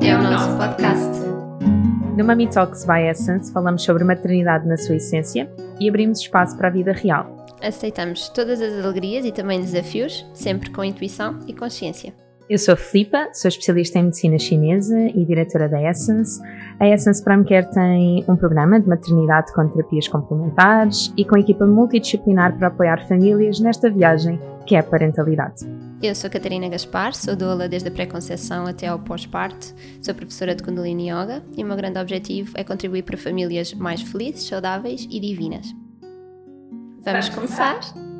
é o nosso podcast. No Mummy Talks by Essence falamos sobre maternidade na sua essência e abrimos espaço para a vida real. Aceitamos todas as alegrias e também desafios, sempre com intuição e consciência. Eu sou a Filipa, sou especialista em medicina chinesa e diretora da Essence. A Essence Prime Care tem um programa de maternidade com terapias complementares e com equipa multidisciplinar para apoiar famílias nesta viagem que é a parentalidade. Eu sou Catarina Gaspar, sou doula desde a pré-conceição até ao pós-parto, sou professora de Kundalini Yoga e o meu grande objetivo é contribuir para famílias mais felizes, saudáveis e divinas. Vamos começar?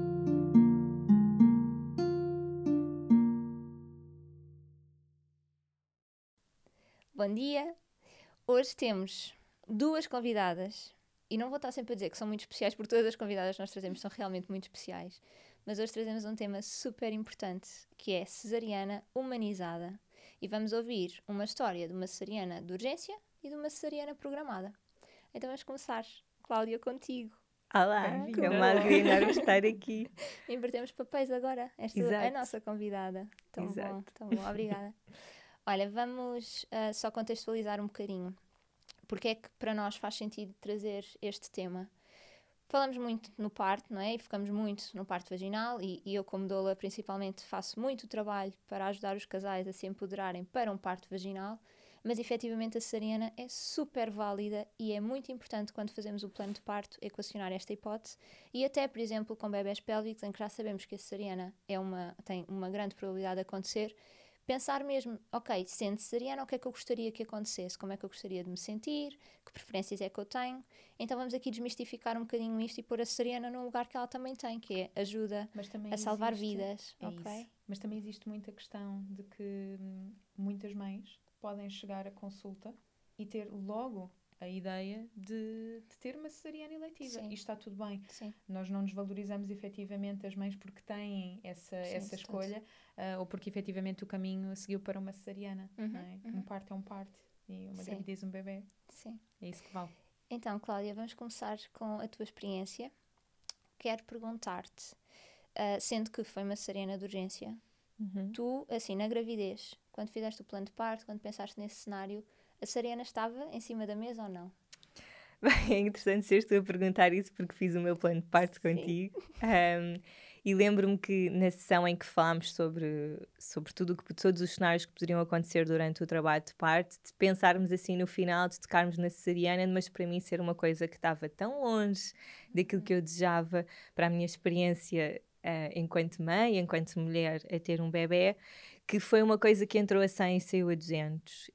Bom dia! Hoje temos duas convidadas e não vou estar sempre a dizer que são muito especiais porque todas as convidadas que nós trazemos são realmente muito especiais, mas hoje trazemos um tema super importante que é cesariana humanizada e vamos ouvir uma história de uma cesariana de urgência e de uma cesariana programada. Então vamos começar, Cláudia, contigo. Olá, é uma alegria enorme estar aqui. Invertemos papéis agora, esta é a nossa convidada. Tão bom, obrigada. Olha, vamos só contextualizar um bocadinho. Porque é que para nós faz sentido trazer este tema? Falamos muito no parto, não é? E focamos muito no parto vaginal e eu como doula principalmente faço muito trabalho para ajudar os casais a se empoderarem para um parto vaginal, mas efetivamente a cesariana é super válida e é muito importante quando fazemos o plano de parto equacionar esta hipótese e até, por exemplo, com bebés pélvicos em que já sabemos que a cesariana tem uma grande probabilidade de acontecer, pensar mesmo, ok, sendo cesariana, o que é que eu gostaria que acontecesse? Como é que eu gostaria de me sentir? Que preferências é que eu tenho? Então vamos aqui desmistificar um bocadinho isto e pôr a cesariana num lugar que ela também tem, que é ajuda a salvar vidas. Okay? Mas também existe muita questão de que muitas mães podem chegar à consulta e ter logo a ideia de ter uma cesariana eletiva. E está tudo bem. Sim. Nós não desvalorizamos efetivamente as mães porque têm essa escolha ou porque efetivamente o caminho seguiu para uma cesariana. Não é? Um parto é um parto e uma gravidez um bebê. Sim. É isso que vale. Então, Cláudia, vamos começar com a tua experiência. Quero perguntar-te, sendo que foi uma cesariana de urgência, tu, assim, na gravidez, quando fizeste o plano de parto, quando pensaste nesse cenário, a cesariana estava em cima da mesa ou não? Bem, é interessante seres tu a perguntar isso porque fiz o meu plano de parto contigo. E lembro-me que na sessão em que falámos sobre todos os cenários que poderiam acontecer durante o trabalho de parto, de pensarmos assim no final, de tocarmos na cesariana, mas para mim ser uma coisa que estava tão longe daquilo que eu desejava para a minha experiência enquanto mãe, enquanto mulher a ter um bebê, que foi uma coisa que entrou a 100 e saiu a 200.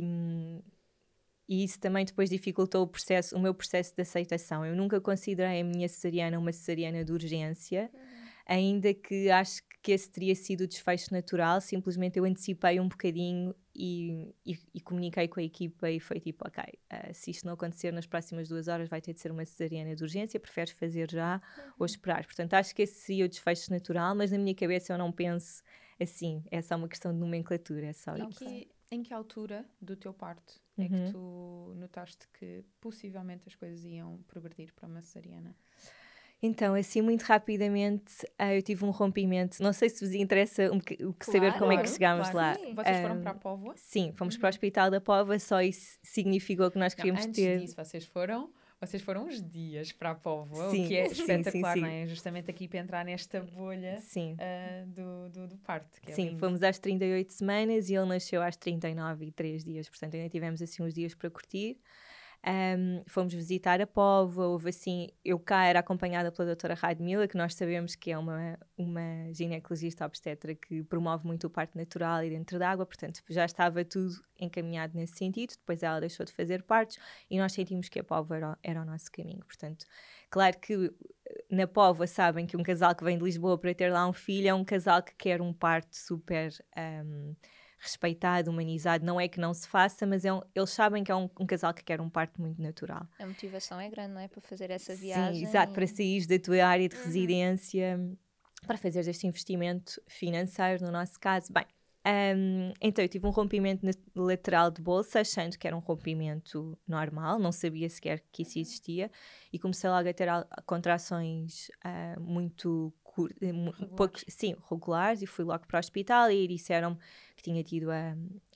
E isso também depois dificultou o meu processo de aceitação. Eu nunca considerei a minha cesariana uma cesariana de urgência, ainda que acho que esse teria sido o desfecho natural. Simplesmente eu antecipei um bocadinho e comuniquei com a equipa e foi tipo, ok, se isto não acontecer nas próximas 2 horas vai ter de ser uma cesariana de urgência, preferes fazer já ou esperar? Portanto, acho que esse seria o desfecho natural, mas na minha cabeça eu não penso assim, é só uma questão de nomenclatura, é só isso. Em que altura do teu parto é que tu notaste que possivelmente as coisas iam progredir para uma cesariana? Então, assim, muito rapidamente, eu tive um rompimento. Não sei se vos interessa saber como é que chegámos lá. Sim. Vocês foram para a Póvoa? Sim, fomos para o Hospital da Póvoa, só isso significou que nós queríamos ter... Antes disso, vocês foram uns dias para a Póvoa, sim, o que é espetacular, sim. Não é? Justamente aqui para entrar nesta bolha do parto. Que é sim, lindo. Fomos às 38 semanas e ele nasceu às 39 e 3 dias, portanto ainda tivemos assim uns dias para curtir. Fomos visitar a Póvoa, houve assim, eu cá era acompanhada pela doutora Radmila, que nós sabemos que é uma ginecologista obstetra que promove muito o parto natural e dentro d'água, portanto já estava tudo encaminhado nesse sentido. Depois ela deixou de fazer partos e nós sentimos que a Póvoa era o nosso caminho. Portanto, claro que na Póvoa sabem que um casal que vem de Lisboa para ter lá um filho é um casal que quer um parto super... respeitado, humanizado, não é que não se faça, mas eles sabem que é um casal que quer um parto muito natural. A motivação é grande, não é? Para fazer essa viagem. Sim, exato, para sair da tua área de residência, para fazer este investimento financeiro, no nosso caso. Bem, então eu tive um rompimento lateral de bolsa, achando que era um rompimento normal, não sabia sequer que isso existia, e comecei logo a ter contrações muito regulares, e fui logo para o hospital e disseram-me que tinha tido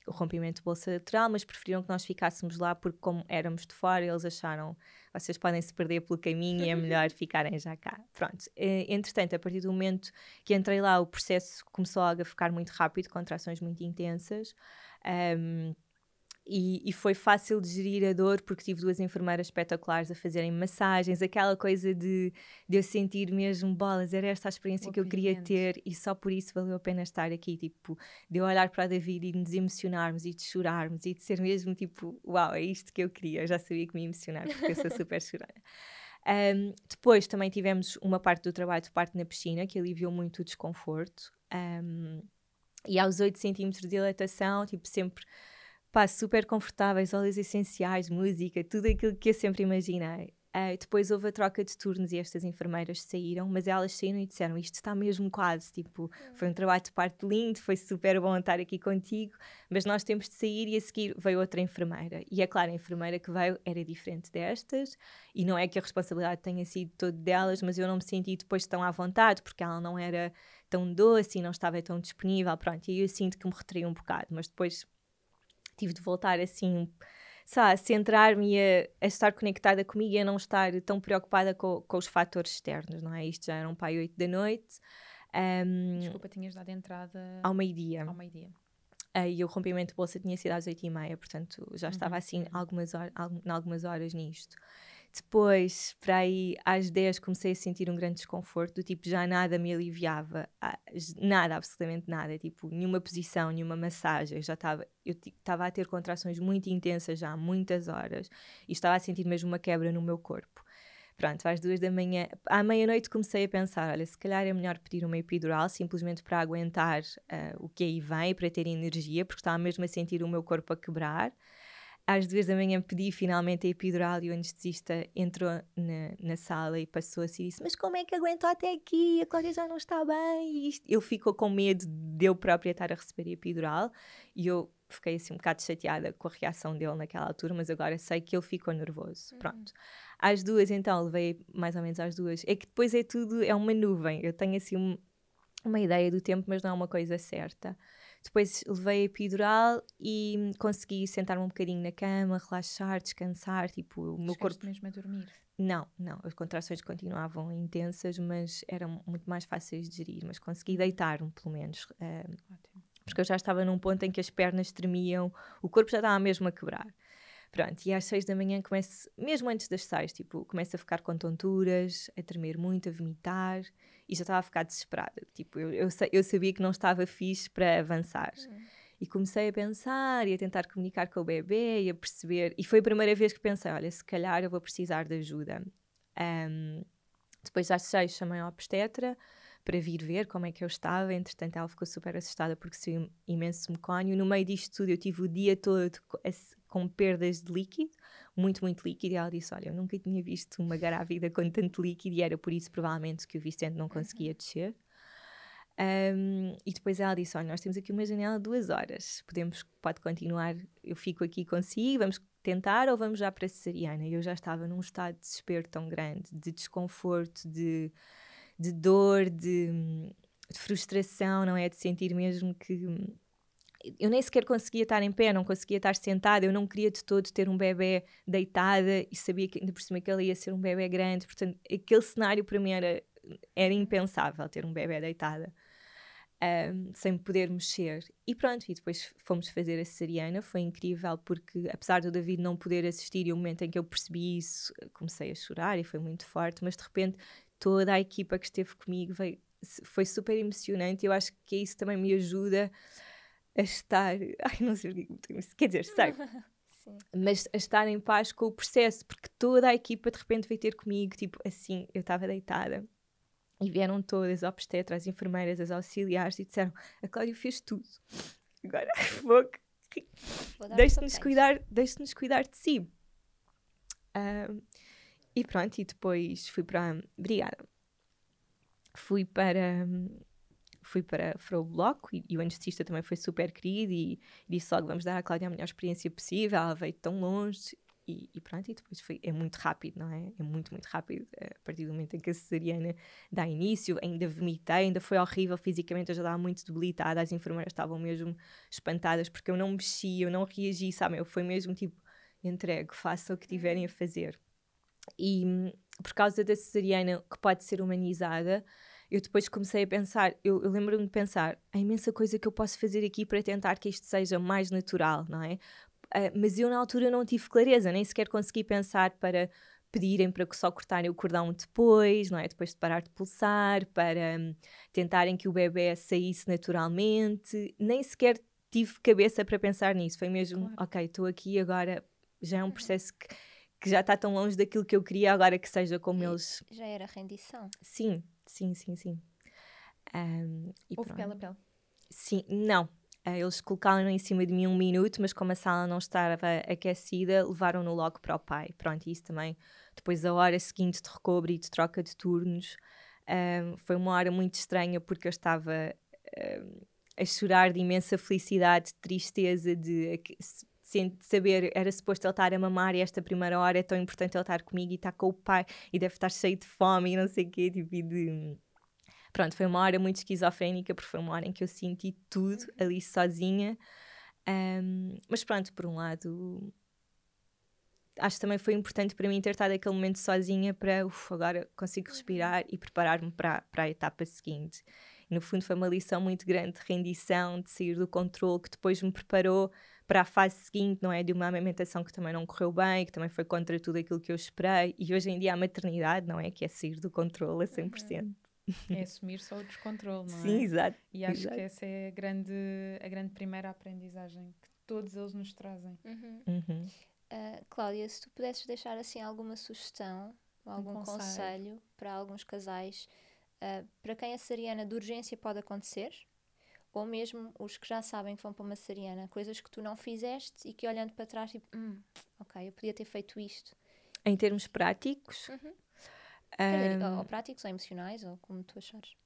o rompimento de bolsa lateral, mas preferiram que nós ficássemos lá porque como éramos de fora, eles acharam, vocês podem se perder pelo caminho e é melhor ficarem já cá. Pronto, entretanto, a partir do momento que entrei lá, o processo começou a ficar muito rápido, contrações muito intensas, e foi fácil de gerir a dor porque tive 2 enfermeiras espetaculares a fazerem massagens, aquela coisa de eu sentir mesmo, bolas, era esta a experiência que eu queria ter e só por isso valeu a pena estar aqui, tipo, de eu olhar para a David e de nos emocionarmos e de chorarmos e de ser mesmo tipo, uau, é isto que eu queria, eu já sabia que me ia emocionar porque eu sou super chorona. Depois também tivemos uma parte do trabalho de parte na piscina que aliviou muito o desconforto, e aos 8 centímetros de dilatação, tipo, sempre super confortáveis, óleos essenciais, música, tudo aquilo que eu sempre imaginei. Depois houve a troca de turnos e estas enfermeiras saíram, mas elas saíram e disseram, isto está mesmo quase, tipo, foi um trabalho de parte lindo, foi super bom estar aqui contigo, mas nós temos de sair e a seguir veio outra enfermeira. E é claro, a enfermeira que veio era diferente destas, e não é que a responsabilidade tenha sido toda delas, mas eu não me senti depois tão à vontade, porque ela não era tão doce e não estava tão disponível, pronto, e eu sinto que me retraí um bocado, mas depois tive de voltar assim, a centrar-me e a estar conectada comigo e a não estar tão preocupada com os fatores externos, não é? Isto já eram para aí 8 da noite. Desculpa, tinhas dado entrada ao meio-dia. E o rompimento de bolsa tinha sido às 8h30, portanto já estava assim algumas horas nisto. Depois, para aí às 10 comecei a sentir um grande desconforto, do tipo, já nada me aliviava, nada, absolutamente nada, tipo, nenhuma posição, nenhuma massagem, eu estava a ter contrações muito intensas já há muitas horas e estava a sentir mesmo uma quebra no meu corpo. Pronto, às 2 da manhã, à meia-noite comecei a pensar, olha, se calhar é melhor pedir uma epidural, simplesmente para aguentar o que aí vem, para ter energia, porque estava mesmo a sentir o meu corpo a quebrar. Às 2 da manhã pedi finalmente a epidural e o anestesista entrou na sala e passou-se e disse, mas como é que aguentou até aqui? A Cláudia já não está bem. Ele ficou com medo de eu própria estar a receber a epidural e eu fiquei assim um bocado chateada com a reação dele naquela altura, mas agora sei que ele ficou nervoso. Pronto. Às 2 então, levei mais ou menos às 2. É que depois é uma nuvem. Eu tenho assim uma ideia do tempo, mas não é uma coisa certa. Depois levei a epidural e consegui sentar-me um bocadinho na cama, relaxar, descansar, tipo, o meu corpo... mesmo a dormir? Não, as contrações continuavam intensas, mas eram muito mais fáceis de gerir, mas consegui deitar-me, pelo menos. Ótimo. Porque eu já estava num ponto em que as pernas tremiam, o corpo já estava mesmo a quebrar. Pronto, e às 6 da manhã mesmo antes das 6, tipo, começo a ficar com tonturas, a tremer muito, a vomitar, e já estava a ficar desesperada. Tipo, eu sabia que não estava fixe para avançar. E comecei a pensar e a tentar comunicar com o bebê e a perceber. E foi a primeira vez que pensei, olha, se calhar eu vou precisar de ajuda. Depois às 6 chamei a obstetra para vir ver como é que eu estava. Entretanto, ela ficou super assustada porque saiu imenso mecónio. No meio disto tudo, eu tive o dia todo com perdas de líquido, muito, muito líquido. E ela disse, olha, eu nunca tinha visto uma grávida com tanto líquido e era por isso, provavelmente, que o Vicente não conseguia descer. E depois ela disse, olha, nós temos aqui uma janela de 2 horas. Pode continuar, eu fico aqui consigo, vamos tentar ou vamos já para a cesariana? E eu já estava num estado de desespero tão grande, de desconforto, de dor, de frustração, não é? De sentir mesmo que... Eu nem sequer conseguia estar em pé, não conseguia estar sentada, eu não queria de todo ter um bebê deitada e sabia que ainda por cima que ele ia ser um bebê grande, portanto aquele cenário para mim era impensável, ter um bebê deitada, sem me poder mexer. E pronto, e depois fomos fazer a cesariana, foi incrível porque apesar do David não poder assistir e o momento em que eu percebi isso, comecei a chorar e foi muito forte, mas de repente toda a equipa que esteve comigo foi super emocionante e eu acho que isso também me ajuda a estar, não sei o que quer dizer, sei, mas a estar em paz com o processo, porque toda a equipa de repente veio ter comigo, tipo assim, eu estava deitada e vieram todas, as obstetras, as enfermeiras, as auxiliares e disseram, a Cláudia fez tudo, agora deixe-nos cuidar de si. E pronto, e depois fui para o bloco e o anestesista também foi super querido e disse logo, vamos dar à Cláudia a melhor experiência possível, ela veio tão longe E pronto, e depois é muito rápido, não é? É muito, muito rápido. A partir do momento em que a cesariana dá início, ainda vomitei, ainda foi horrível fisicamente, eu já estava muito debilitada, as enfermeiras estavam mesmo espantadas porque eu não mexi, eu não reagi, sabe? Eu fui mesmo tipo, entregue, faça o que tiverem a fazer. E por causa da cesariana, que pode ser humanizada, eu depois comecei a pensar, eu lembro-me de pensar, há imensa coisa que eu posso fazer aqui para tentar que isto seja mais natural, não é? Mas eu na altura não tive clareza, nem sequer consegui pensar para pedirem para que só cortarem o cordão depois, não é? Depois de parar de pulsar, para tentarem que o bebê saísse naturalmente, nem sequer tive cabeça para pensar nisso, foi mesmo, ok, estou aqui agora, já é um processo que já está tão longe daquilo que eu queria, agora que seja como eles... Já era rendição? Sim. Houve pele a pele? Sim, não. Eles colocaram em cima de mim 1 minuto, mas como a sala não estava aquecida, levaram-no logo para o pai. Pronto, isso também. Depois a hora seguinte de recobre e de troca de turnos, foi uma hora muito estranha porque eu estava a chorar de imensa felicidade, de tristeza, de saber, era suposto ele estar a mamar e esta primeira hora é tão importante ele estar comigo e estar com o pai e deve estar cheio de fome e não sei o quê, tipo, Pronto, foi uma hora muito esquizofrénica, porque foi uma hora em que eu senti tudo ali sozinha. Mas pronto, por um lado, acho que também foi importante para mim ter estado aquele momento sozinha para, agora consigo respirar e preparar-me para a etapa seguinte. E, no fundo foi uma lição muito grande de rendição, de sair do controle, que depois me preparou para a fase seguinte, não é? De uma amamentação que também não correu bem, que também foi contra tudo aquilo que eu esperei. E hoje em dia a maternidade, não é? Que é sair do controle a 100%. É assumir só o descontrole, não é? Sim, exato. E acho que essa é a grande primeira aprendizagem que todos eles nos trazem. Cláudia, se tu pudesses deixar assim alguma sugestão, algum conselho para alguns casais, para quem a cesariana de urgência pode acontecer, ou mesmo os que já sabem que vão para uma cesariana, coisas que tu não fizeste e que olhando para trás, tipo, ok, eu podia ter feito isto. Em termos práticos? Ou práticos, ou emocionais, ou como tu achares.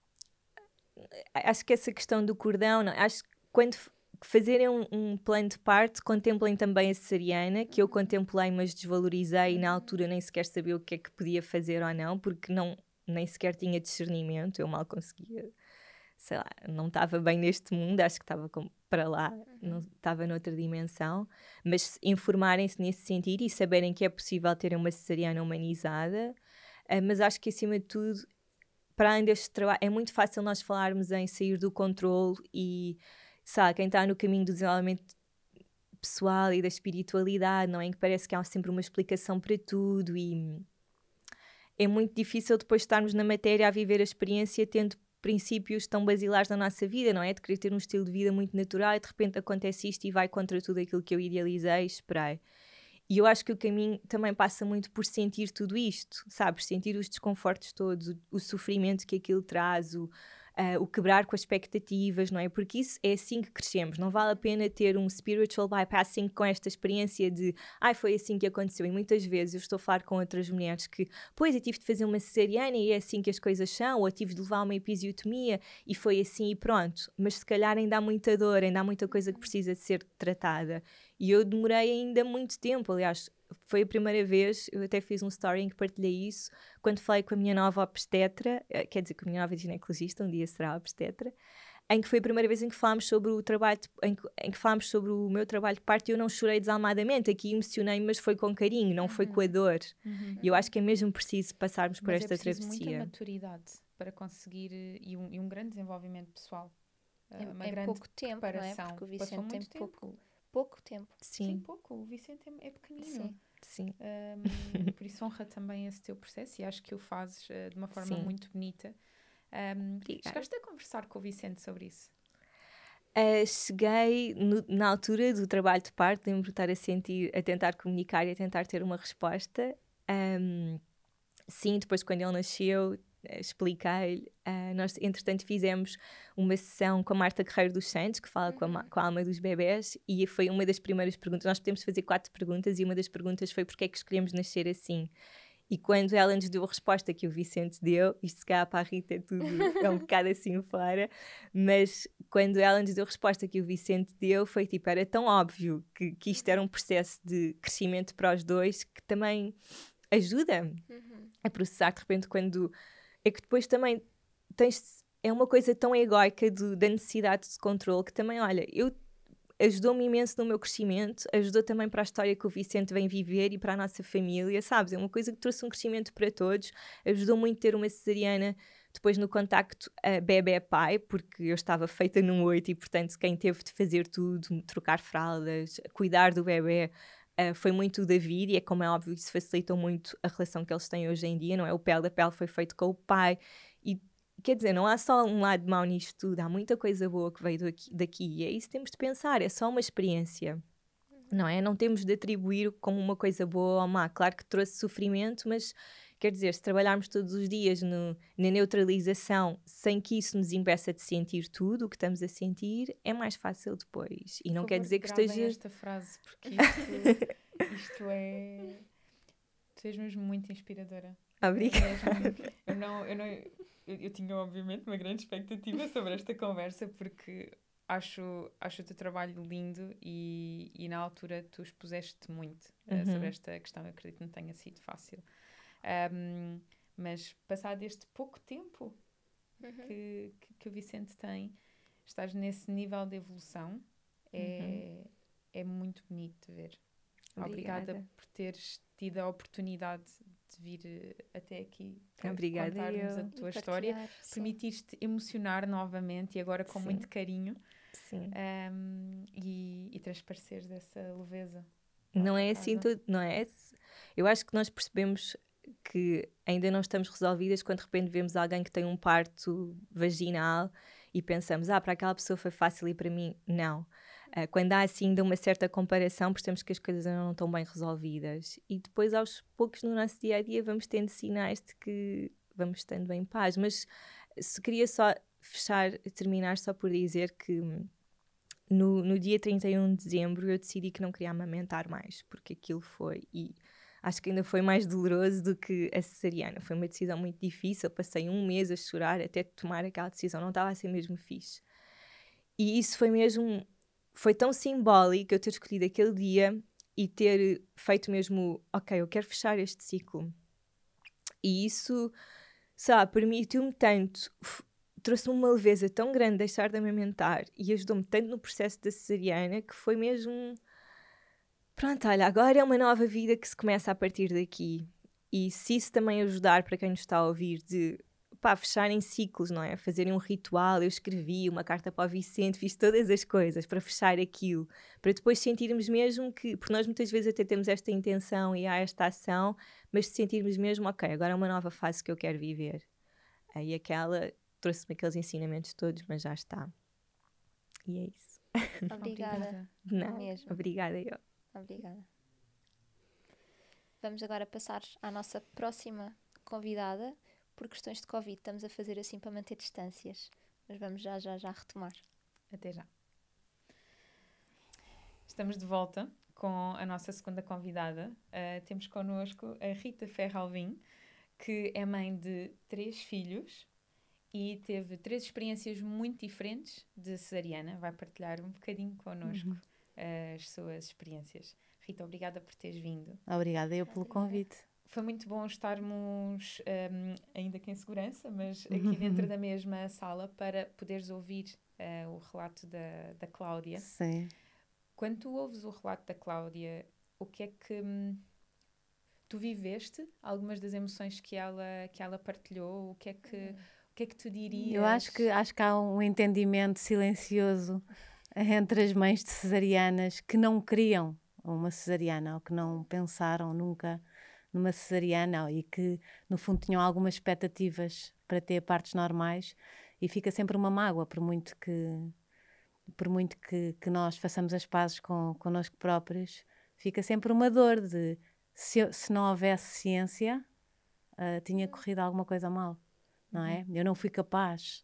Acho que essa questão do cordão, não, acho que quando fazerem um plano de parto, contemplem também a cesariana, que eu contemplei, mas desvalorizei e na altura nem sequer sabia o que é que podia fazer ou não, porque nem sequer tinha discernimento, eu mal conseguia, sei lá, não estava bem neste mundo, acho que estava para lá, não estava noutra dimensão, mas informarem-se nesse sentido e saberem que é possível terem uma cesariana humanizada. Mas acho que, acima de tudo, para além deste trabalho, é muito fácil nós falarmos em sair do controle e, sabe, quem está no caminho do desenvolvimento pessoal e da espiritualidade, não é? Em que parece que há sempre uma explicação para tudo e é muito difícil depois estarmos na matéria a viver a experiência tendo princípios tão basilares na nossa vida, não é? De querer ter um estilo de vida muito natural e de repente acontece isto e vai contra tudo aquilo que eu idealizei e esperei. E eu acho que o caminho também passa muito por sentir tudo isto, sabes? Sentir os desconfortos todos, o sofrimento que aquilo traz, o quebrar com as expectativas, não é? Porque isso é assim que crescemos. Não vale a pena ter um spiritual bypassing com esta experiência de foi assim que aconteceu. E muitas vezes eu estou a falar com outras mulheres que, pois, eu tive de fazer uma cesariana e é assim que as coisas são, ou tive de levar uma episiotomia e foi assim e pronto. Mas se calhar ainda há muita dor, ainda há muita coisa que precisa de ser tratada. E eu demorei ainda muito tempo, aliás, foi a primeira vez, eu até fiz um story em que partilhei isso, quando falei com a minha nova obstetra, quer dizer, com a minha nova ginecologista, um dia será obstetra, em que foi a primeira vez em que falámos sobre o trabalho, em que falámos sobre o meu trabalho de parto e eu não chorei desalmadamente, aqui emocionei, mas foi com carinho, não foi com a dor. E eu acho que é mesmo preciso passarmos por esta travessia. Mas é preciso muita maturidade para conseguir, e um grande desenvolvimento pessoal. Uma grande pouco tempo, não é? Porque o Vicente tem pouco tempo. Sim, pouco. O Vicente é pequenino. Sim. Por isso honra também esse teu processo e acho que o fazes de uma forma muito bonita. Chegaste a conversar com o Vicente sobre isso? Cheguei na altura do trabalho de parto, lembro de estar a tentar comunicar e a tentar ter uma resposta. Sim, depois quando ele nasceu, expliquei-lhe. Nós, entretanto, fizemos uma sessão com a Marta Guerreiro dos Santos, que fala com a alma dos bebés, e foi uma das primeiras perguntas. Nós podemos fazer 4 perguntas e uma das perguntas foi porque é que escolhemos nascer assim. E quando ela nos deu a resposta que o Vicente deu, isto se calhar para a Rita é tudo é um bocado assim fora, mas quando ela nos deu a resposta que o Vicente deu, foi tipo, era tão óbvio que isto era um processo de crescimento para os dois que também ajuda a processar de repente quando... É que depois também é uma coisa tão egóica da necessidade de controle que também, olha, ajudou-me imenso no meu crescimento, ajudou também para a história que o Vicente vem viver e para a nossa família, sabes? É uma coisa que trouxe um crescimento para todos, ajudou muito ter uma cesariana depois no contacto bebé-pai, porque eu estava feita num 8 e, portanto, quem teve de fazer tudo, trocar fraldas, cuidar do bebé, foi muito o David, e é como é óbvio, isso facilitou muito a relação que eles têm hoje em dia, não é? O pele da pele foi feito com o pai, e quer dizer, não há só um lado mau nisto tudo, há muita coisa boa que veio daqui e é isso que temos de pensar, é só uma experiência, não é? Não temos de atribuir como uma coisa boa ou má. Claro que trouxe sofrimento, mas quer dizer, se trabalharmos todos os dias na neutralização sem que isso nos impeça de sentir tudo o que estamos a sentir, é mais fácil depois. E não quer dizer que esteja... esta frase, porque isto é... Tu és mesmo muito inspiradora. Obrigada. Eu tinha obviamente uma grande expectativa sobre esta conversa porque acho o teu trabalho lindo e na altura tu expuseste muito sobre esta questão. Eu acredito que não tenha sido fácil. Mas passado este pouco tempo que o Vicente tem, estás nesse nível de evolução, é muito bonito de ver. Obrigada por teres tido a oportunidade de vir até aqui contar-nos a tua história, permitiste emocionar novamente e agora com muito carinho e transpareceres dessa leveza. Não é assim tudo, não é? Eu acho que nós percebemos que ainda não estamos resolvidas quando de repente vemos alguém que tem um parto vaginal e pensamos, para aquela pessoa foi fácil e para mim não. Quando há assim ainda uma certa comparação, percebemos que as coisas ainda não estão bem resolvidas e depois aos poucos no nosso dia-a-dia vamos tendo sinais de que vamos estando em paz. Mas queria só terminar só por dizer que no dia 31 de dezembro eu decidi que não queria amamentar mais, porque aquilo foi, e acho que ainda foi mais doloroso do que a cesariana. Foi uma decisão muito difícil, passei 1 mês a chorar até tomar aquela decisão, não estava a ser mesmo fixe. E isso foi tão simbólico eu ter escolhido aquele dia e ter feito mesmo, ok, eu quero fechar este ciclo. E isso, sabe, permitiu-me tanto, trouxe-me uma leveza tão grande deixar de amamentar e ajudou-me tanto no processo da cesariana que foi mesmo, pronto, olha, agora é uma nova vida que se começa a partir daqui. E se isso também ajudar para quem nos está a ouvir de fecharem ciclos, não é? Fazerem um ritual, eu escrevi uma carta para o Vicente, fiz todas as coisas para fechar aquilo, para depois sentirmos mesmo que, porque nós muitas vezes até temos esta intenção e há esta ação, mas se sentirmos mesmo, ok, agora é uma nova fase que eu quero viver. Aí aquela trouxe-me aqueles ensinamentos todos, mas já está. E é isso. Obrigada. Não, mesmo. Obrigada eu. Obrigada. Vamos agora passar à nossa próxima convidada. Por questões de Covid, estamos a fazer assim para manter distâncias. Mas vamos já retomar. Até já. Estamos de volta com a nossa segunda convidada. Temos connosco a Rita Ferralvim, que é mãe de 3 filhos e teve 3 experiências muito diferentes de cesariana. Vai partilhar um bocadinho connosco as suas experiências. Rita, obrigada por teres vindo. Obrigada eu pelo convite. Foi muito bom estarmos, ainda que em segurança, mas aqui dentro da mesma sala para poderes ouvir o relato da Cláudia. Sim. Quando tu ouves o relato da Cláudia, o que é que tu viveste? Algumas das emoções que ela partilhou? O que é que tu dirias? Eu acho que há um entendimento silencioso entre as mães de cesarianas que não queriam uma cesariana ou que não pensaram nunca numa cesariana e que no fundo tinham algumas expectativas para ter partos normais e fica sempre uma mágoa por muito que nós façamos as pazes connosco próprios, fica sempre uma dor de se não houvesse ciência tinha corrido alguma coisa mal, não é? Eu não fui capaz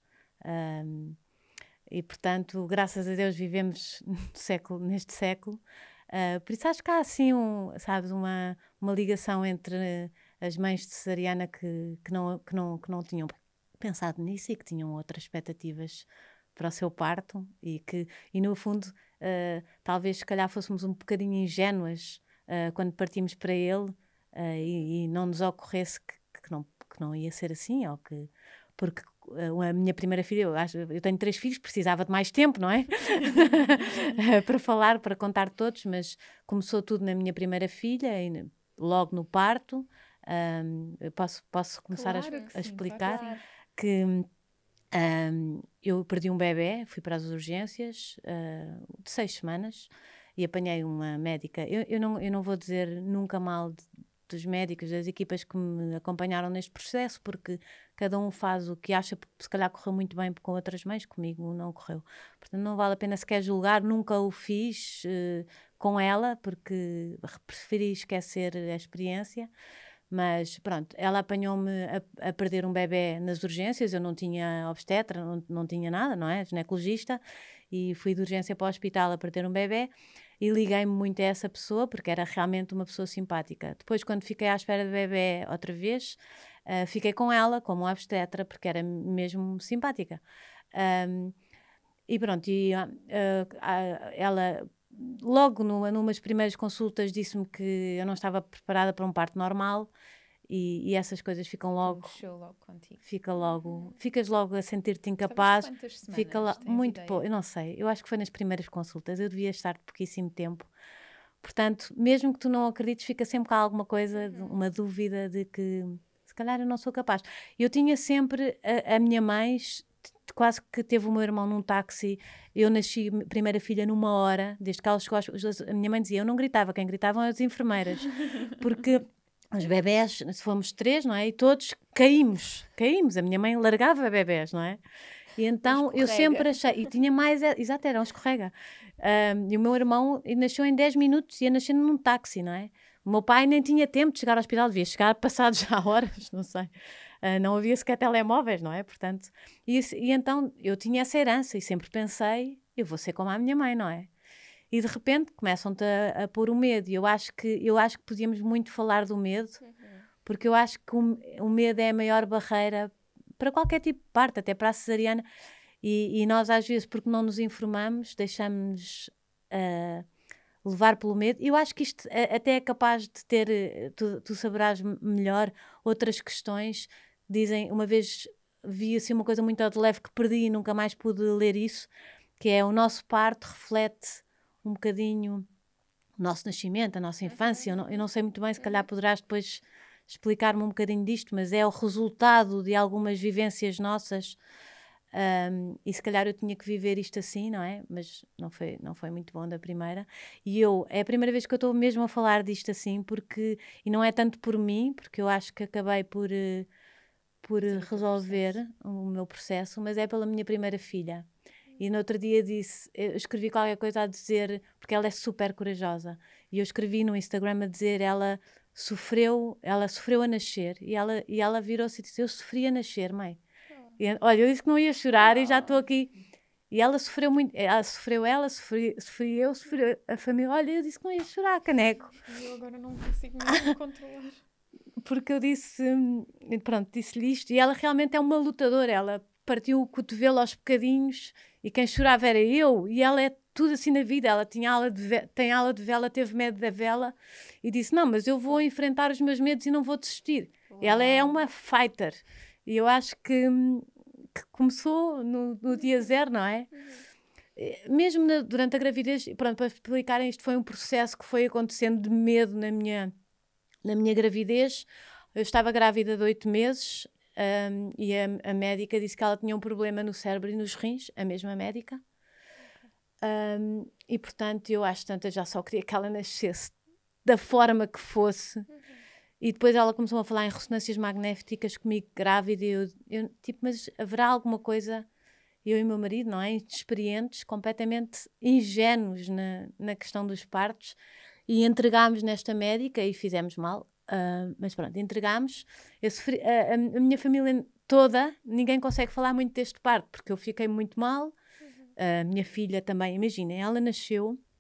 e portanto graças a Deus vivemos neste século. Por isso acho que há assim uma ligação entre as mães de cesariana que não tinham pensado nisso e que tinham outras expectativas para o seu parto e no fundo talvez se calhar fôssemos um bocadinho ingênuas quando partimos para ele e não nos ocorresse que não ia ser assim, porque a minha primeira filha, eu tenho 3 filhos, precisava de mais tempo, não é? Para falar, para contar todos, mas começou tudo na minha primeira filha e logo no parto. Posso começar a explicar que eu perdi um bebê, fui para as urgências de 6 semanas e apanhei uma médica. Eu não vou dizer nunca mal dos médicos, das equipas que me acompanharam neste processo, porque cada um faz o que acha, porque se calhar correu muito bem com outras mães, comigo não correu. Portanto, não vale a pena sequer julgar, nunca o fiz com ela, porque preferi esquecer a experiência. Mas pronto, ela apanhou-me a perder um bebê nas urgências, eu não tinha obstetra, não tinha nada, não é? Ginecologista, e fui de urgência para o hospital a perder um bebê e liguei-me muito a essa pessoa porque era realmente uma pessoa simpática. Depois, quando fiquei à espera do bebê outra vez, fiquei com ela como obstetra porque era mesmo simpática. E pronto, ela logo numas primeiras consultas disse-me que eu não estava preparada para um parto normal e essas coisas ficam logo... Mexeu logo contigo. Ficas logo a sentir-te incapaz. Quantas semanas Fica lá muito pouco, ideia? eu não sei, eu acho que foi nas primeiras consultas, eu devia estar de pouquíssimo tempo. Portanto, mesmo que tu não acredites, fica sempre com alguma coisa, uma dúvida de que se calhar eu não sou capaz. Eu tinha sempre a minha mãe... Quase que teve o meu irmão num táxi. Eu nasci primeira filha numa hora, desde que ela chegou. A minha mãe dizia, eu não gritava, quem gritavam eram as enfermeiras, porque os bebés, se fomos 3, não é? E todos caímos. A minha mãe largava bebés, não é? E então eu sempre achei, e tinha mais, exato, era um escorrega. E o meu irmão nasceu em 10 minutos, ia nascendo num táxi, não é? O meu pai nem tinha tempo de chegar ao hospital, devia chegar passados já horas, não sei. Não havia sequer telemóveis, não é? Portanto, e então eu tinha essa herança e sempre pensei, eu vou ser como a minha mãe, não é? E de repente começam-te a pôr o medo. E eu acho que podíamos muito falar do medo, porque eu acho que o medo é a maior barreira para qualquer tipo de parto, até para a cesariana. E nós às vezes, porque não nos informamos, deixamos levar pelo medo. Eu acho que isto até é capaz de ter, tu saberás melhor, outras questões. Dizem, uma vez vi assim uma coisa muito de leve que perdi e nunca mais pude ler isso, que é o nosso parto reflete um bocadinho o nosso nascimento, a nossa infância. Eu não sei muito bem, se calhar poderás depois explicar-me um bocadinho disto, mas é o resultado de algumas vivências nossas. E se calhar eu tinha que viver isto assim, não é? Mas não foi muito bom da primeira. E é a primeira vez que eu estou mesmo a falar disto assim, e não é tanto por mim, porque eu acho que acabei por resolver o meu processo, mas é pela minha primeira filha. E no outro dia eu escrevi qualquer coisa a dizer, porque ela é super corajosa, e eu escrevi no Instagram a dizer, ela sofreu a nascer, e ela virou-se e disse, eu sofri a nascer, mãe. E, olha, eu disse que não ia chorar e já estou aqui. E ela sofreu muito, sofri eu, sofreu a família. Olha, eu disse que não ia chorar, caneco. E eu agora não consigo mesmo controlar. Porque eu disse-lhe isto, e ela realmente é uma lutadora, ela partiu o cotovelo aos bocadinhos, e quem chorava era eu, e ela é tudo assim na vida, ela tem aula de vela, teve medo da vela, e disse, não, mas eu vou enfrentar os meus medos e não vou desistir. Ela é uma fighter, e eu acho que começou no dia 0, não é? Mesmo durante a gravidez, pronto, para explicarem, isto foi um processo que foi acontecendo de medo na minha gravidez. Eu estava grávida de 8 meses e a médica disse que ela tinha um problema no cérebro e nos rins, a mesma médica. E portanto eu às tantas já só queria que ela nascesse da forma que fosse. E depois ela começou a falar em ressonâncias magnéticas comigo grávida, e eu tipo, mas haverá alguma coisa, eu e o meu marido, não é? Inexperientes, completamente ingênuos na questão dos partos, e entregámos nesta médica e fizemos mal, mas pronto, entregámos. A minha família toda, ninguém consegue falar muito deste parto, porque eu fiquei muito mal. A minha filha também, imaginem, ela nasceu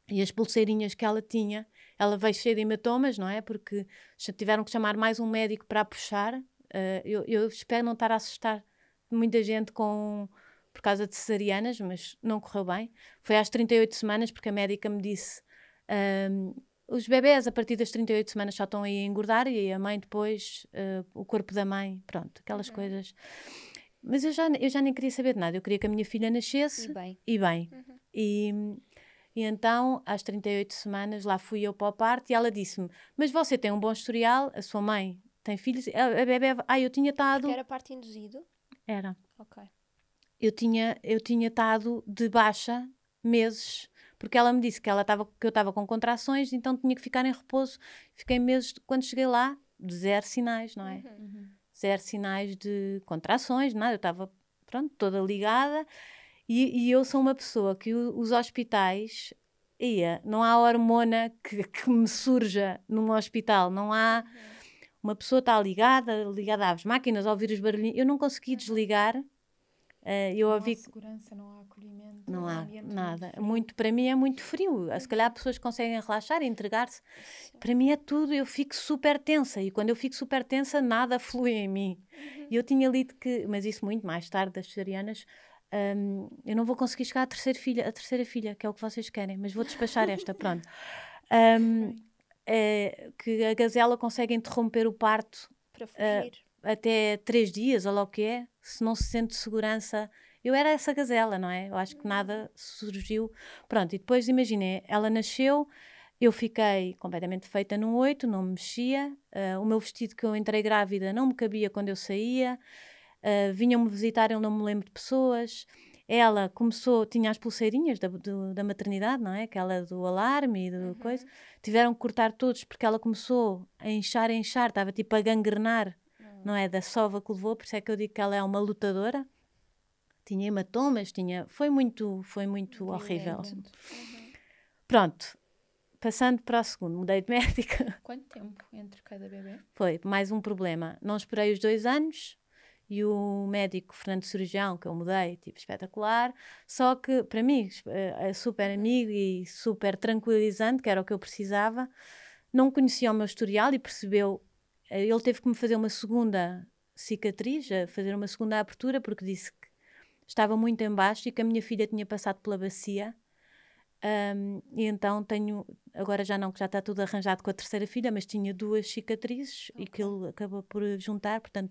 E as pulseirinhas que ela tinha, ela veio cheia de hematomas, não é? Porque tiveram que chamar mais um médico para a puxar. Eu espero não estar a assustar muita gente por causa de cesarianas, mas não correu bem. Foi às 38 semanas, porque a médica me disse os bebés a partir das 38 semanas já estão aí a engordar e a mãe depois, o corpo da mãe, pronto, aquelas coisas. Mas eu já nem queria saber de nada, eu queria que a minha filha nascesse e bem. E então, às 38 semanas, lá fui eu para o parto e ela disse-me, mas você tem um bom historial, a sua mãe tem filhos, a bebê, eu tinha estado... Porque era parto induzido? Era. Ok. Eu tinha estado de baixa meses, porque ela me disse que eu estava com contrações, então tinha que ficar em repouso. Fiquei meses, quando cheguei lá, de zero sinais, não é? Zero sinais de contrações, nada. Eu estava, pronto, toda ligada. E eu sou uma pessoa que os hospitais... não há hormona que me surja num hospital, não há... Uma pessoa está ligada às máquinas, a ouvir os barulhinhos. Eu não consegui desligar. Não há segurança, não há acolhimento. Não há nada. Para mim é muito frio. Se calhar pessoas conseguem relaxar e entregar-se. Para mim é tudo. Eu fico super tensa. E quando eu fico super tensa, nada flui em mim. E eu tinha lido que... Mas isso muito mais tarde, das cesarianas... eu não vou conseguir chegar à terceira filha, que é o que vocês querem. Mas vou despachar esta, pronto. Que a gazela consegue interromper o parto para fugir até 3 dias, ou lá o que é, se não se sente segurança. Eu era essa gazela, não é? Eu acho que nada surgiu. Pronto, e depois imaginem, ela nasceu, eu fiquei completamente feita num 8, não me mexia, o meu vestido que eu entrei grávida não me cabia quando eu saía, vinham-me visitar, eu não me lembro de pessoas. Ela tinha as pulseirinhas da maternidade, não é? Aquela do alarme e do coisa. Tiveram que cortar todos porque ela começou a inchar, estava tipo a gangrenar, não é? Da sova que levou, por isso é que eu digo que ela é uma lutadora. Tinha hematomas, foi muito horrível. Pronto, passando para o segundo, mudei de médica. Quanto tempo entre cada bebê? Foi, mais um problema. Não esperei os 2 anos. E o médico Fernando Cirurgião, que eu mudei, tipo, espetacular, só que para mim é super amigo e super tranquilizante, que era o que eu precisava. Não conhecia o meu historial e percebeu, ele teve que me fazer uma segunda cicatriz, fazer uma segunda abertura, porque disse que estava muito em baixo e que a minha filha tinha passado pela bacia. E então agora já não, que já está tudo arranjado com a terceira filha, mas tinha 2 cicatrizes e que ele acabou por juntar, portanto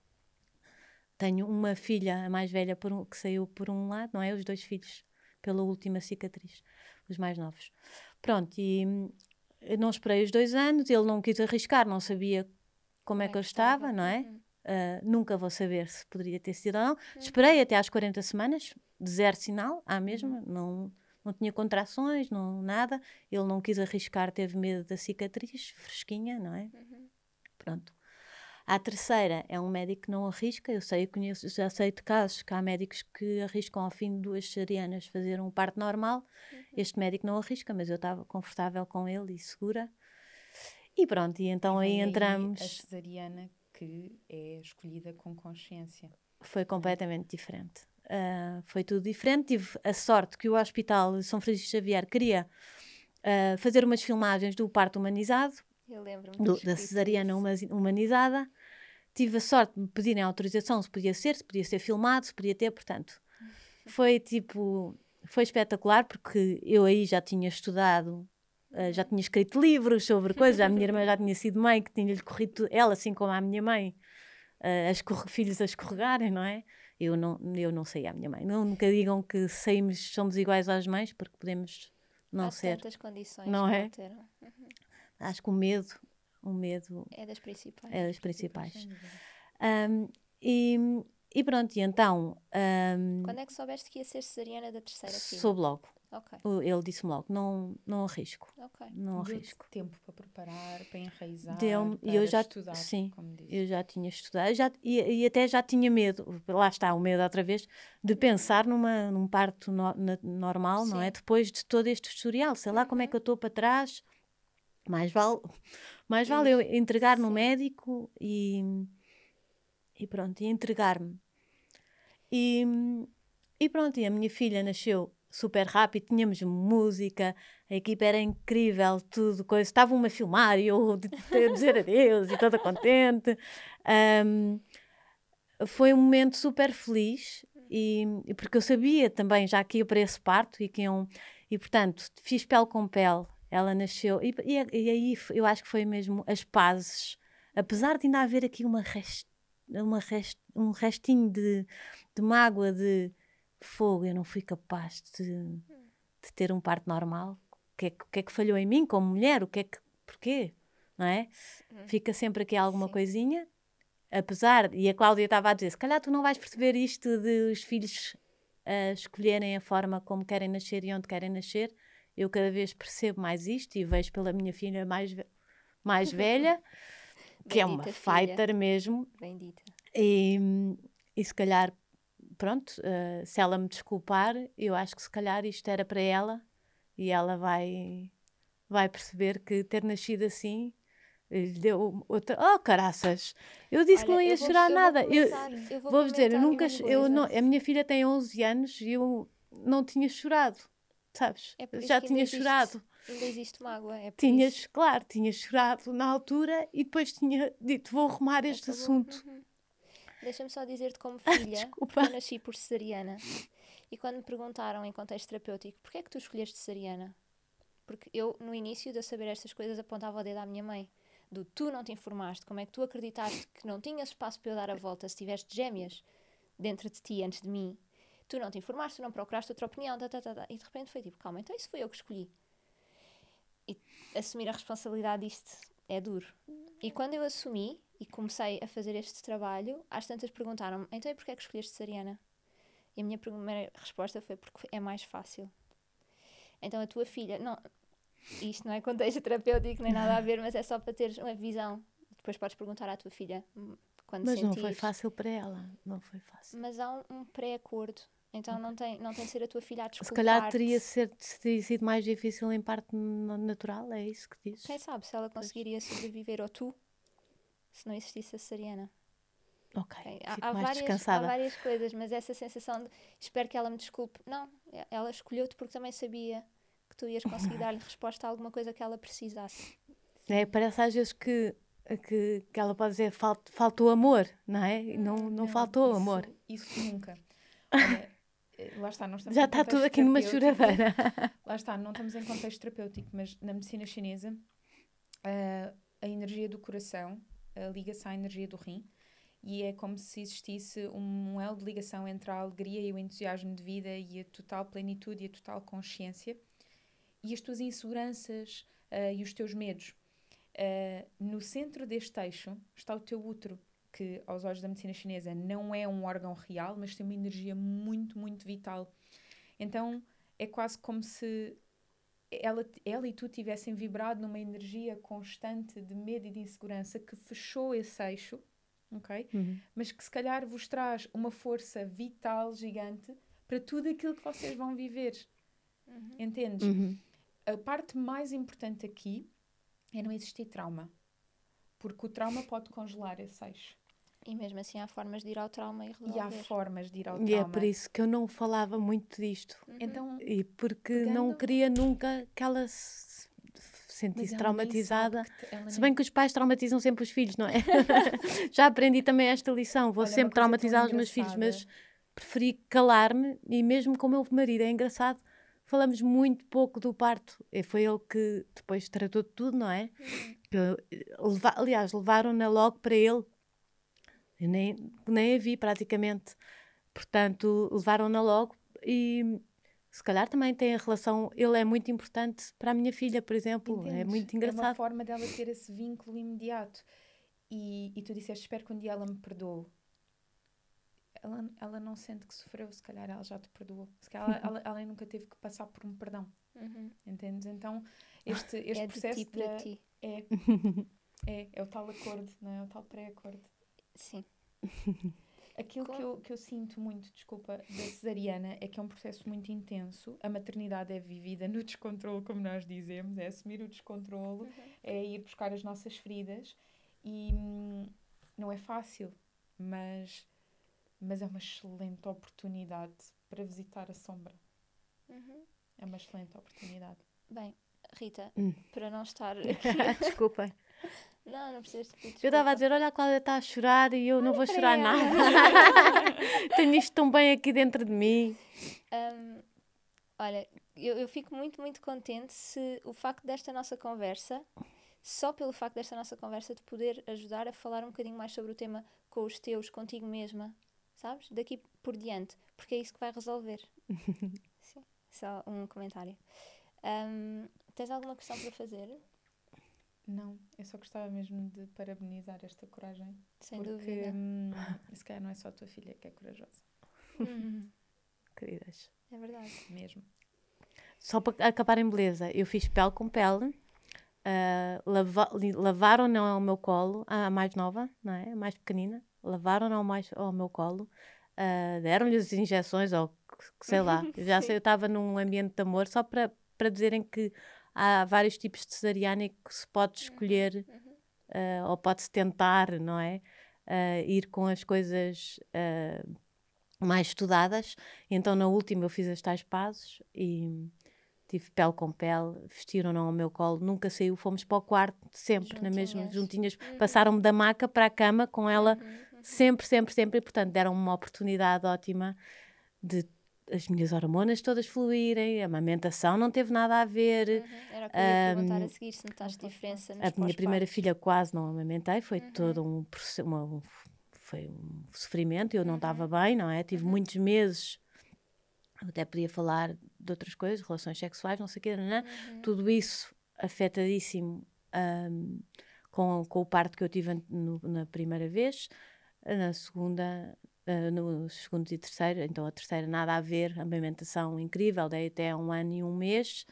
tenho uma filha, a mais velha, que saiu por um lado, não é? Os 2 filhos pela última cicatriz, os mais novos. Pronto, e não esperei os 2 anos, ele não quis arriscar, não sabia como é que eu estava, não é? Nunca vou saber se poderia ter sido ou não. Esperei até às 40 semanas, de zero sinal, à mesma, não tinha contrações, nada. Ele não quis arriscar, teve medo da cicatriz, fresquinha, não é? Pronto. A terceira é um médico que não arrisca, já sei de casos que há médicos que arriscam ao fim de 2 cesarianas fazer um parto normal. Este médico não arrisca, mas eu estava confortável com ele e segura. E pronto, e então aí entramos... a cesariana que é escolhida com consciência. Foi completamente diferente. Foi tudo diferente. Tive a sorte que o Hospital de São Francisco Xavier queria fazer umas filmagens do parto humanizado. Eu lembro-me da cesariana humanizada. Tive a sorte de me pedirem autorização se podia ser filmado, se podia ter, portanto. Foi espetacular, porque eu aí já tinha estudado, já tinha escrito livros sobre coisas, a minha irmã já tinha sido mãe, que tinha-lhe corrido tudo, ela assim como a minha mãe, filhos a escorregarem, não é? Eu não sei a minha mãe. Nunca digam que somos iguais às mães, porque podemos não ser. Há tantas condições não que é? alteram. Acho que o medo é das principais. E pronto, e então... Quando é que soubeste que ia ser cesariana da terceira filha? Soube logo. Okay. Ele disse-me logo, não arrisco. Okay. Não arrisco. Tempo para preparar, para enraizar, para estudar, sim, como disse. Eu já tinha estudado, e até já tinha medo, lá está o medo outra vez, de pensar num parto normal, não é? Depois de todo este historial, sei lá como é que eu estou para trás... Mais vale eu entregar no médico e pronto, e entregar-me. E pronto, e a minha filha nasceu super rápido, tínhamos música, a equipa era incrível, tudo, coisa. Estavam-me a filmar e eu a dizer adeus e toda contente. Foi um momento super feliz, e porque eu sabia também já que ia para esse parto e portanto, fiz pele com pele. Ela nasceu, e aí eu acho que foi mesmo as pazes, apesar de ainda haver aqui um restinho de mágoa, de fogo, eu não fui capaz de ter um parto normal. O que é que falhou em mim como mulher? Porquê? Não é? Fica sempre aqui alguma coisinha. Apesar, e a Cláudia estava a dizer, se calhar tu não vais perceber isto de os filhos escolherem a forma como querem nascer e onde querem nascer. Eu cada vez percebo mais isto e vejo pela minha filha mais velha, que é uma fighter mesmo. Bendita. E se calhar, pronto, se ela me desculpar, eu acho que se calhar isto era para ela e ela vai perceber que ter nascido assim lhe deu outra... Oh, caraças! Eu disse que não ia chorar nada. Vou-vos dizer, a minha filha tem 11 anos e eu não tinha chorado, sabes? Já tinha chorado. Ainda existe mágoa, é por Tinhas, isso. claro, tinha chorado na altura e depois tinha dito, vou arrumar este assunto. Deixa-me só dizer-te como filha, porque eu nasci por cesariana. E quando me perguntaram em contexto terapêutico, porquê é que tu escolheste cesariana? Porque eu, no início de eu saber estas coisas, apontava o dedo à minha mãe. Tu não te informaste, como é que tu acreditaste que não tinhas espaço para eu dar a volta se tiveste gêmeas dentro de ti antes de mim? Tu não te informaste, tu não procuraste outra opinião, e de repente foi tipo, calma, então isso foi eu que escolhi. E assumir a responsabilidade disto é duro. E quando eu assumi e comecei a fazer este trabalho, às tantas perguntaram-me, então e porquê é que escolheste cesariana? E a minha primeira resposta foi porque é mais fácil. Então a tua filha, não, isto não é contexto terapêutico nem nada a ver, mas é só para teres uma visão. Depois podes perguntar à tua filha quando mas sentires. Não foi fácil para ela, não foi fácil. Mas há um pré-acordo, então não tem de ser a tua filha a desculpar-te. Se calhar teria sido mais difícil em parte natural, é isso que dizes? Quem sabe se ela conseguiria sobreviver, ou tu, se não existisse a cesariana. Ok, fico mais descansada. Há várias coisas, mas essa sensação de espero que ela me desculpe. Não, ela escolheu-te porque também sabia que tu ias conseguir dar-lhe resposta a alguma coisa que ela precisasse. Parece às vezes que ela pode dizer faltou amor, não é? Não faltou amor. Isso nunca. Olha, lá está, não estamos já está tudo aqui numa choradeira. Lá está, não estamos em contexto terapêutico, mas na medicina chinesa a energia do coração liga-se à energia do rim. E é como se existisse um elo de ligação entre a alegria e o entusiasmo de vida e a total plenitude e a total consciência e as tuas inseguranças e os teus medos. No centro deste eixo está o teu útero, que aos olhos da medicina chinesa não é um órgão real, mas tem uma energia muito, muito vital. Então é quase como se ela e tu tivessem vibrado numa energia constante de medo e de insegurança que fechou esse eixo. Okay? Mas que se calhar vos traz uma força vital gigante para tudo aquilo que vocês vão viver. Entendes? A parte mais importante aqui é não existir trauma, porque o trauma pode congelar esse eixo. E mesmo assim há formas de ir ao trauma e resolver. E há formas de ir ao trauma. E é por isso que eu não falava muito disto. Então, e porque não queria nunca que ela se sentisse traumatizada. Se bem que os pais traumatizam sempre os filhos, não é? Já aprendi também esta lição. Vou sempre traumatizar os meus filhos, mas preferi calar-me. E mesmo com o meu marido, é engraçado, falamos muito pouco do parto. E foi ele que depois tratou de tudo, não é? Aliás, levaram-na logo para ele. Eu nem a vi praticamente. Portanto, levaram-na logo e se calhar também tem a relação, ele é muito importante para a minha filha, por exemplo. Entendes? É muito engraçado. É uma forma dela ter esse vínculo imediato. E tu disseste, espero que um dia ela me perdoe. Ela não sente que sofreu, se calhar ela já te perdoou. Se calhar ela nunca teve que passar por um perdão. Entendes? Então, este processo de ti para ti. É o tal acordo, não é? É o tal pré-acordo. Sim. Aquilo que eu sinto muito, desculpa, da cesariana é que é um processo muito intenso. A maternidade é vivida no descontrole, como nós dizemos, é assumir o descontrole, é ir buscar as nossas feridas e não é fácil, mas é uma excelente oportunidade para visitar a sombra. É uma excelente oportunidade. Bem, Rita, para não estar aqui... Desculpem. Não precisas de pedir desculpa. Eu estava a dizer, olha, a Cláudia está a chorar e eu não vou chorar nada. Tenho isto tão bem aqui dentro de mim. Olha, eu fico muito, muito contente se o facto desta nossa conversa, só pelo facto desta nossa conversa, te poder ajudar a falar um bocadinho mais sobre o tema com os teus, contigo mesma, sabes? Daqui por diante, porque é isso que vai resolver. Sim, só um comentário. Tens alguma questão para fazer? Não, eu só gostava mesmo de parabenizar esta coragem. Sem dúvida. Se calhar não é só a tua filha que é corajosa. Queridas. É verdade. Mesmo. Só para acabar em beleza, eu fiz pele com pele, lavaram-na ao meu colo, a mais nova, não é? A mais pequenina, lavaram-na ao meu colo, deram-lhe as injeções, ou sei lá, já sei, eu estava num ambiente de amor, só para dizerem que há vários tipos de cesariana e que se pode escolher, ou pode-se tentar, não é? Ir com as coisas mais estudadas. Então na última eu fiz as tais pazes e tive pele com pele, vestiram-no ao meu colo, nunca saiu, fomos para o quarto sempre, na mesma, juntinhas, passaram-me da maca para a cama com ela, sempre, e portanto deram-me uma oportunidade ótima de as minhas hormonas todas fluírem, a amamentação não teve nada a ver. Era o que eu ia perguntar a seguir, se notaste diferença nos A minha primeira filha quase não amamentei, foi todo foi um sofrimento, eu não estava bem, não é? Tive muitos meses, eu até podia falar de outras coisas, relações sexuais, não sei o quê, tudo isso afetadíssimo com o parto que eu tive na primeira vez, na segunda... no segundo e terceiro, então a terceira nada a ver, a amamentação incrível, dei até 1 ano e 1 mês,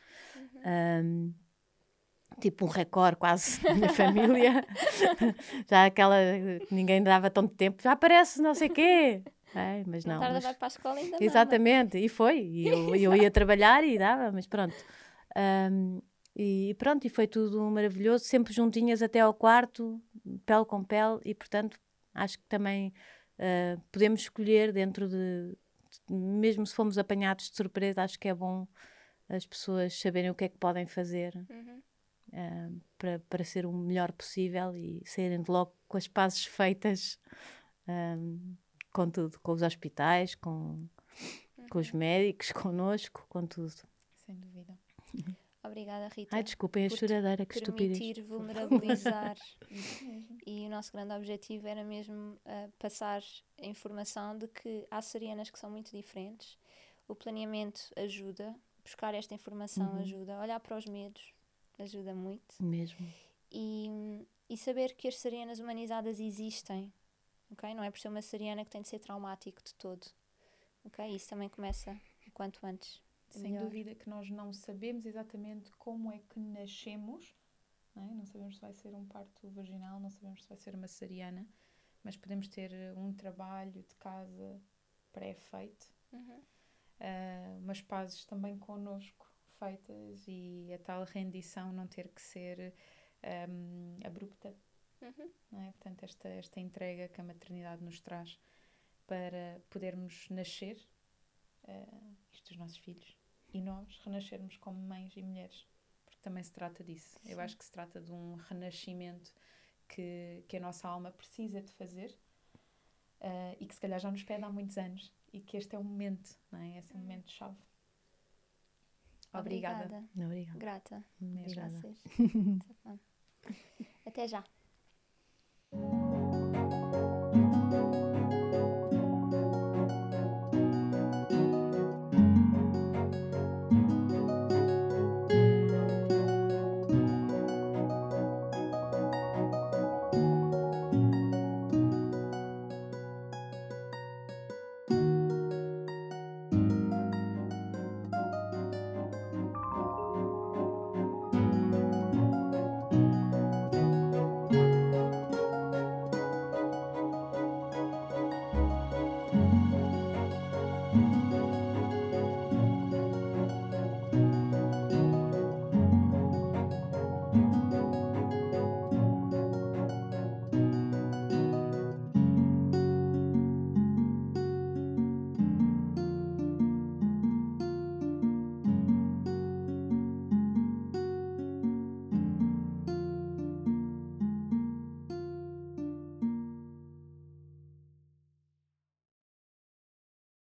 tipo um recorde quase da minha família, já aquela que ninguém dava tanto tempo, já aparece não sei o quê, mas não. Tarda vai para a escola ainda. Exatamente, e foi, e eu ia trabalhar e dava, mas pronto. E pronto, e foi tudo maravilhoso, sempre juntinhas até ao quarto, pele com pele, e portanto acho que também podemos escolher dentro mesmo se fomos apanhados de surpresa, acho que é bom as pessoas saberem o que é que podem fazer para ser o melhor possível e saírem de logo com as pazes feitas, com tudo, com os hospitais, com os médicos, connosco, com tudo. Sem dúvida. Obrigada, Rita. Ai, desculpem a choradeira, que estupidez. Permitir vulnerabilizar. E o nosso grande objetivo era mesmo passar a informação de que há cesarianas que são muito diferentes. O planeamento ajuda, buscar esta informação ajuda, olhar para os medos ajuda muito. Mesmo. E saber que as cesarianas humanizadas existem, ok? Não é por ser uma cesariana que tem de ser traumático de todo, ok? Isso também começa o quanto antes. Sem dúvida que nós não sabemos exatamente como é que nascemos, não sabemos se vai ser um parto vaginal, não sabemos se vai ser uma cesariana, mas podemos ter um trabalho de casa pré-feito, umas pazes também connosco feitas e a tal rendição não ter que ser abrupta. Não é? Portanto, esta entrega que a maternidade nos traz para podermos nascer, os nossos filhos, e nós renascermos como mães e mulheres, porque também se trata disso. Sim. Eu acho que se trata de um renascimento que a nossa alma precisa de fazer e que se calhar já nos pede há muitos anos e que este é o momento, não é? Esse é o momento-chave. Obrigada. Grata. Obrigada. Até já.